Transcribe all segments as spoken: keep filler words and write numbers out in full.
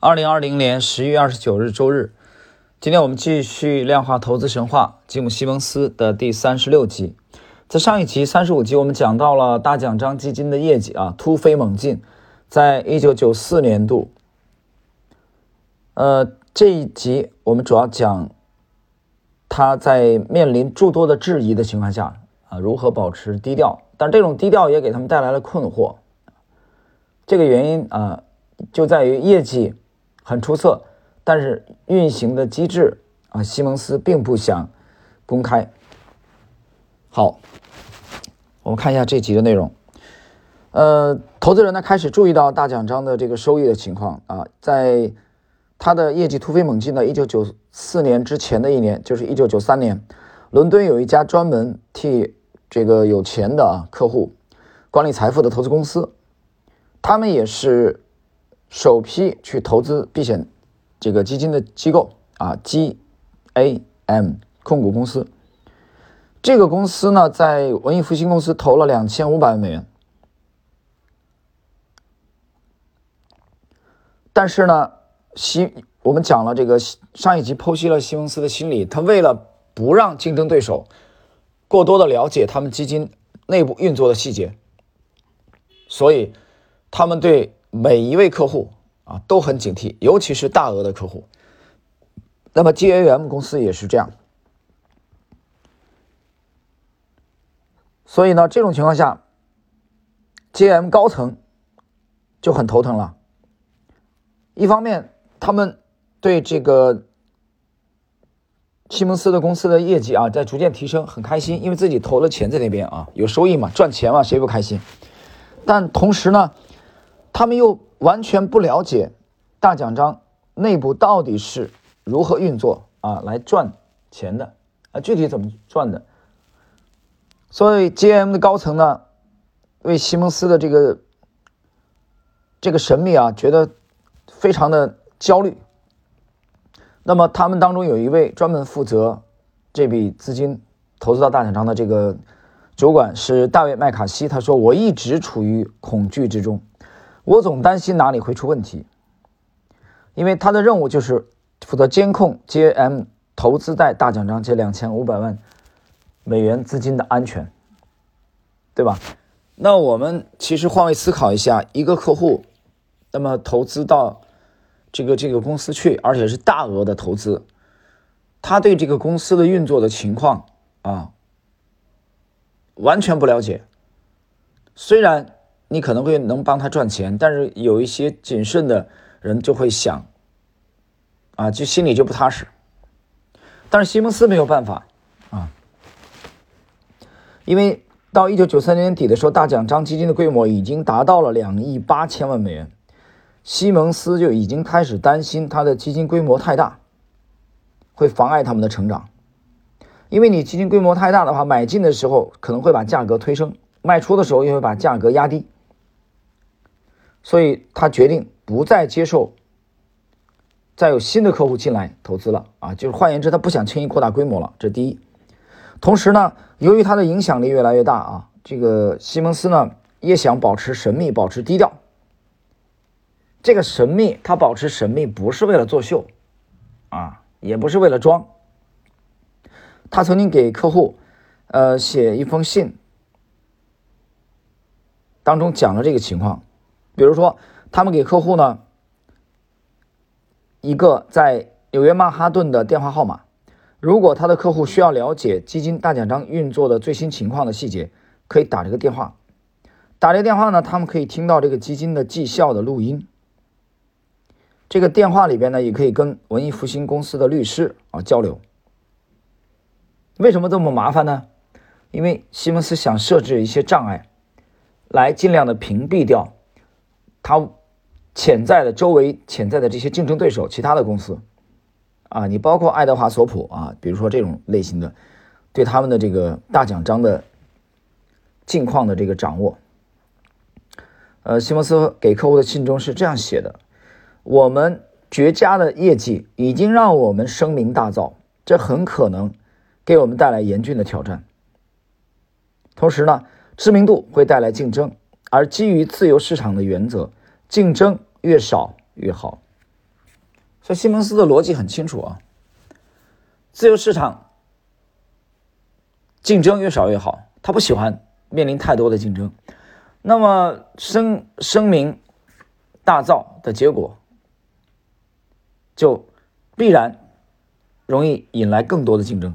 二零二零年十一月二十九日周日，今天我们继续量化投资神话吉姆·西蒙斯的第三十六集。在上一集三十五集，我们讲到了大奖章基金的业绩啊突飞猛进，在一九九四年度。呃，这一集我们主要讲他在面临诸多的质疑的情况下啊，如何保持低调。但这种低调也给他们带来了困惑。这个原因啊，就在于业绩很出色，但是运行的机制啊，西蒙斯并不想公开。好，我们看一下这集的内容。呃，投资人呢开始注意到大奖章的这个收益的情况啊，在他的业绩突飞猛进的一九九四年之前的一年，就是一九九三年，伦敦有一家专门替这个有钱的啊客户管理财富的投资公司，他们也是首批去投资避险这个基金的机构啊 ，G A M 控股公司。这个公司呢，在文艺复兴公司投了两千五百万美元，但是呢，西我们讲了这个上一集剖析了西蒙斯的心理，他为了不让竞争对手过多的了解他们基金内部运作的细节，所以他们对每一位客户啊都很警惕，尤其是大额的客户。那么 G A M 公司也是这样。所以呢，这种情况下 G A M 高层就很头疼了。一方面他们对这个西蒙斯的公司的业绩啊在逐渐提升，很开心，因为自己投了钱在那边啊，有收益嘛，赚钱嘛，谁不开心？但同时呢，他们又完全不了解大奖章内部到底是如何运作啊来赚钱的啊，具体怎么赚的。所以 G A M 的高层呢，为西蒙斯的这个这个神秘啊觉得非常的焦虑。那么他们当中有一位专门负责这笔资金投资到大奖章的这个主管是大卫麦卡锡，他说：“我一直处于恐惧之中，我总担心哪里会出问题，因为他的任务就是负责监控 G A M 投资在大奖章这两千五百万美元资金的安全，对吧？那我们其实换位思考一下，一个客户那么投资到这个这个公司去，而且是大额的投资，他对这个公司的运作的情况啊完全不了解。虽然你可能会能帮他赚钱，但是有一些谨慎的人就会想啊，就心里就不踏实。但是西蒙斯没有办法啊，因为到一九九三年底的时候，大奖章基金的规模已经达到了两亿八千万美元。西蒙斯就已经开始担心他的基金规模太大，会妨碍他们的成长。因为你基金规模太大的话，买进的时候可能会把价格推升，卖出的时候又会把价格压低。所以他决定不再接受再有新的客户进来投资了啊，就是换言之，他不想轻易扩大规模了，这第一。同时呢，由于他的影响力越来越大啊，这个西蒙斯呢也想保持神秘，保持低调。这个神秘，他保持神秘不是为了作秀啊，也不是为了装。他曾经给客户呃写一封信，当中讲了这个情况。比如说他们给客户呢一个在纽约曼哈顿的电话号码，如果他的客户需要了解基金大奖章运作的最新情况的细节，可以打这个电话。打这个电话呢，他们可以听到这个基金的绩效的录音。这个电话里边呢，也可以跟文艺复兴公司的律师啊交流。为什么这么麻烦呢？因为西蒙斯想设置一些障碍，来尽量的屏蔽掉他潜在的周围潜在的这些竞争对手，其他的公司啊，你包括爱德华索普啊，比如说这种类型的，对他们的这个大奖章的近况的这个掌握。呃，西蒙斯给客户的信中是这样写的：我们绝佳的业绩已经让我们声名大噪，这很可能给我们带来严峻的挑战。同时呢，知名度会带来竞争，而基于自由市场的原则，竞争越少越好。 所以西蒙斯的逻辑很清楚啊，自由市场竞争越少越好，他不喜欢面临太多的竞争。那么声声名大噪的结果，就必然容易引来更多的竞争。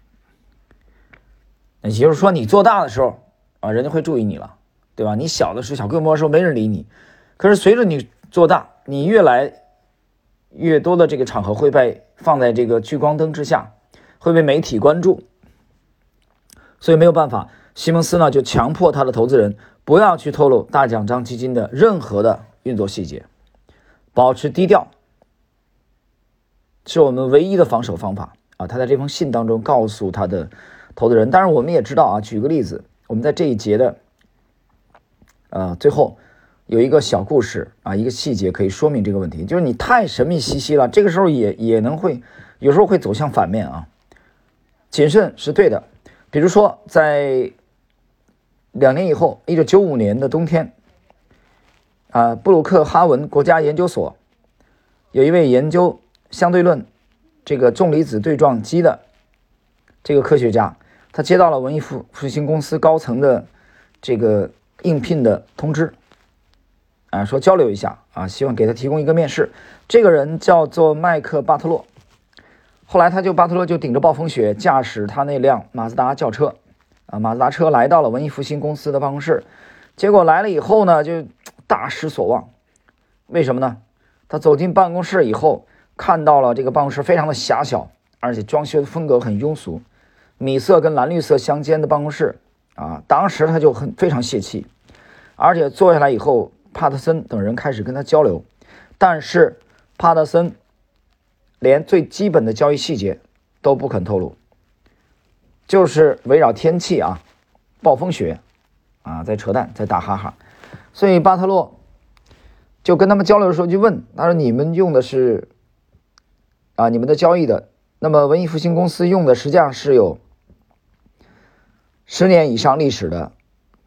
也就是说，你做大的时候啊，人家会注意你了，对吧？你小的时候，小规模的时候没人理你，可是随着你做大，你越来越多的这个场合会被放在这个聚光灯之下，会被媒体关注，所以没有办法，西蒙斯呢就强迫他的投资人不要去透露大奖章基金的任何的运作细节，保持低调，是我们唯一的防守方法啊！他在这封信当中告诉他的投资人，当然我们也知道啊，举个例子，我们在这一节的呃最后有一个小故事啊，一个细节可以说明这个问题，就是你太神秘兮兮了，这个时候也也能会有时候会走向反面啊。谨慎是对的，比如说在两年以后，一九九五年的冬天，啊，布鲁克哈文国家研究所有一位研究相对论这个重离子对撞机的这个科学家，他接到了文艺复复兴公司高层的这个应聘的通知，啊，说交流一下啊，希望给他提供一个面试。这个人叫做麦克巴特洛，后来他就巴特洛就顶着暴风雪，驾驶他那辆马自达轿车，啊，马自达车来到了文艺复兴公司的办公室，结果来了以后呢，就大失所望。为什么呢？他走进办公室以后，看到了这个办公室非常的狭小，而且装修的风格很庸俗，米色跟蓝绿色相间的办公室啊，当时他就很非常泄气，而且坐下来以后，帕特森等人开始跟他交流，但是帕特森连最基本的交易细节都不肯透露，就是围绕天气啊，暴风雪啊，在扯淡，在打哈哈。所以巴特洛就跟他们交流的时候就问，他说你们用的是啊，你们的交易的，那么文艺复兴公司用的实际上是有十年以上历史的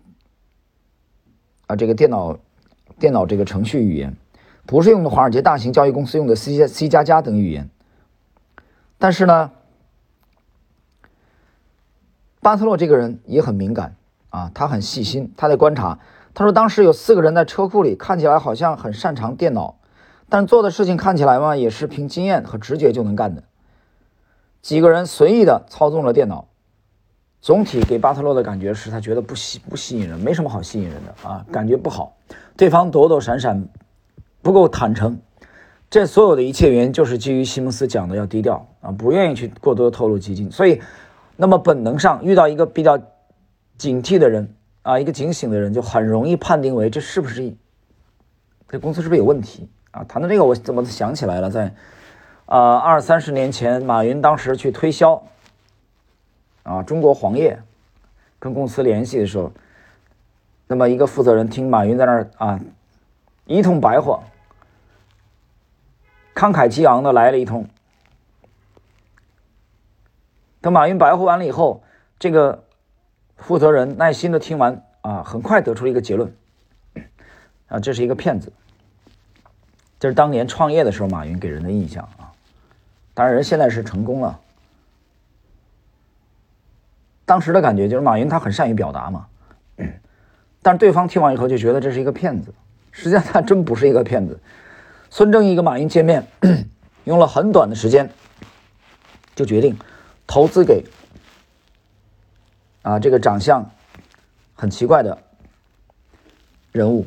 啊，这个电脑电脑这个程序语言，不是用的华尔街大型交易公司用的 C C 加加等语言。但是呢，巴特洛这个人也很敏感啊，他很细心，他在观察。他说当时有四个人在车库里，看起来好像很擅长电脑，但做的事情看起来嘛，也是凭经验和直觉就能干的。几个人随意的操纵了电脑，总体给巴特洛的感觉是他觉得不吸不吸引人，没什么好吸引人的啊，感觉不好。对方躲躲闪闪，不够坦诚。这所有的一切原因就是基于西蒙斯讲的要低调啊，不愿意去过多的透露基金。所以，那么本能上遇到一个比较警惕的人啊，一个警醒的人，就很容易判定为这是不是这公司是不是有问题啊？谈到这个，我怎么想起来了，在啊二三十年前，马云当时去推销啊中国黄页，跟公司联系的时候，那么一个负责人听马云在那儿啊一通白话，慷慨激昂的来了一通。等马云白话完了以后，这个负责人耐心的听完啊，很快得出了一个结论啊，这是一个骗子。这是当年创业的时候马云给人的印象啊，当然人现在是成功了。当时的感觉就是马云他很善于表达嘛，但是对方听完以后就觉得这是一个骗子，实际上他真不是一个骗子。孙正义跟马云见面，用了很短的时间，就决定投资给啊这个长相很奇怪的人物。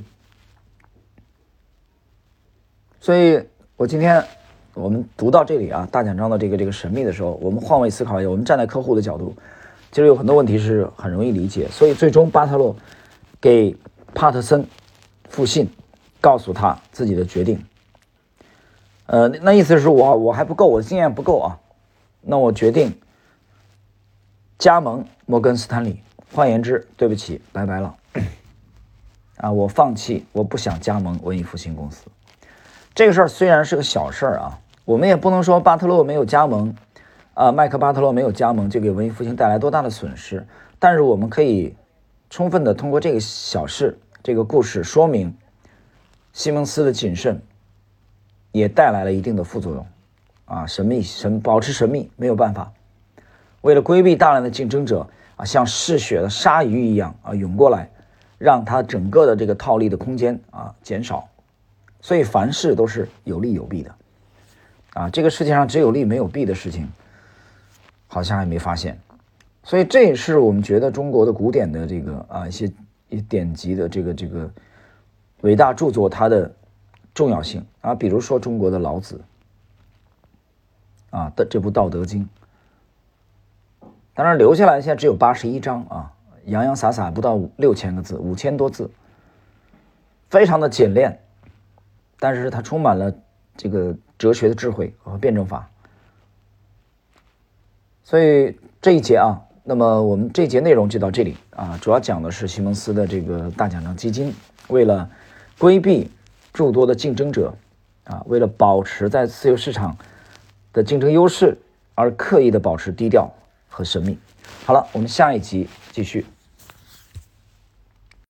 所以我今天我们读到这里啊，大奖章的这个这个神秘的时候，我们换位思考一下，我们站在客户的角度，其实有很多问题是很容易理解。所以最终巴特洛给帕特森复信，告诉他自己的决定。呃，那意思是我我还不够，我的经验不够啊，那我决定加盟摩根斯坦利。换言之，对不起，拜拜了啊，我放弃，我不想加盟文艺复兴公司。这个事儿虽然是个小事儿啊，我们也不能说巴特洛没有加盟啊，麦克巴特洛没有加盟就给文艺复兴带来多大的损失。但是我们可以充分的通过这个小事，这个故事说明西蒙斯的谨慎也带来了一定的副作用啊，神秘神保持神秘没有办法，为了规避大量的竞争者啊，像嗜血的鲨鱼一样啊涌过来，让它整个的这个套利的空间啊减少。所以凡事都是有利有弊的啊，这个世界上只有利没有弊的事情好像还没发现。所以这也是我们觉得中国的古典的这个啊一些一典籍的这个这个伟大著作它的重要性啊，比如说中国的老子啊的这部《道德经》，当然留下来现在只有八十一章啊，洋洋洒洒不到六千个字，五千多字，非常的简练，但是它充满了这个哲学的智慧和辩证法。所以这一节啊，那么我们这一节内容就到这里啊，主要讲的是西蒙斯的这个大奖章基金为了规避诸多的竞争者啊，为了保持在自由市场的竞争优势而刻意的保持低调和神秘。好了，我们下一集继续。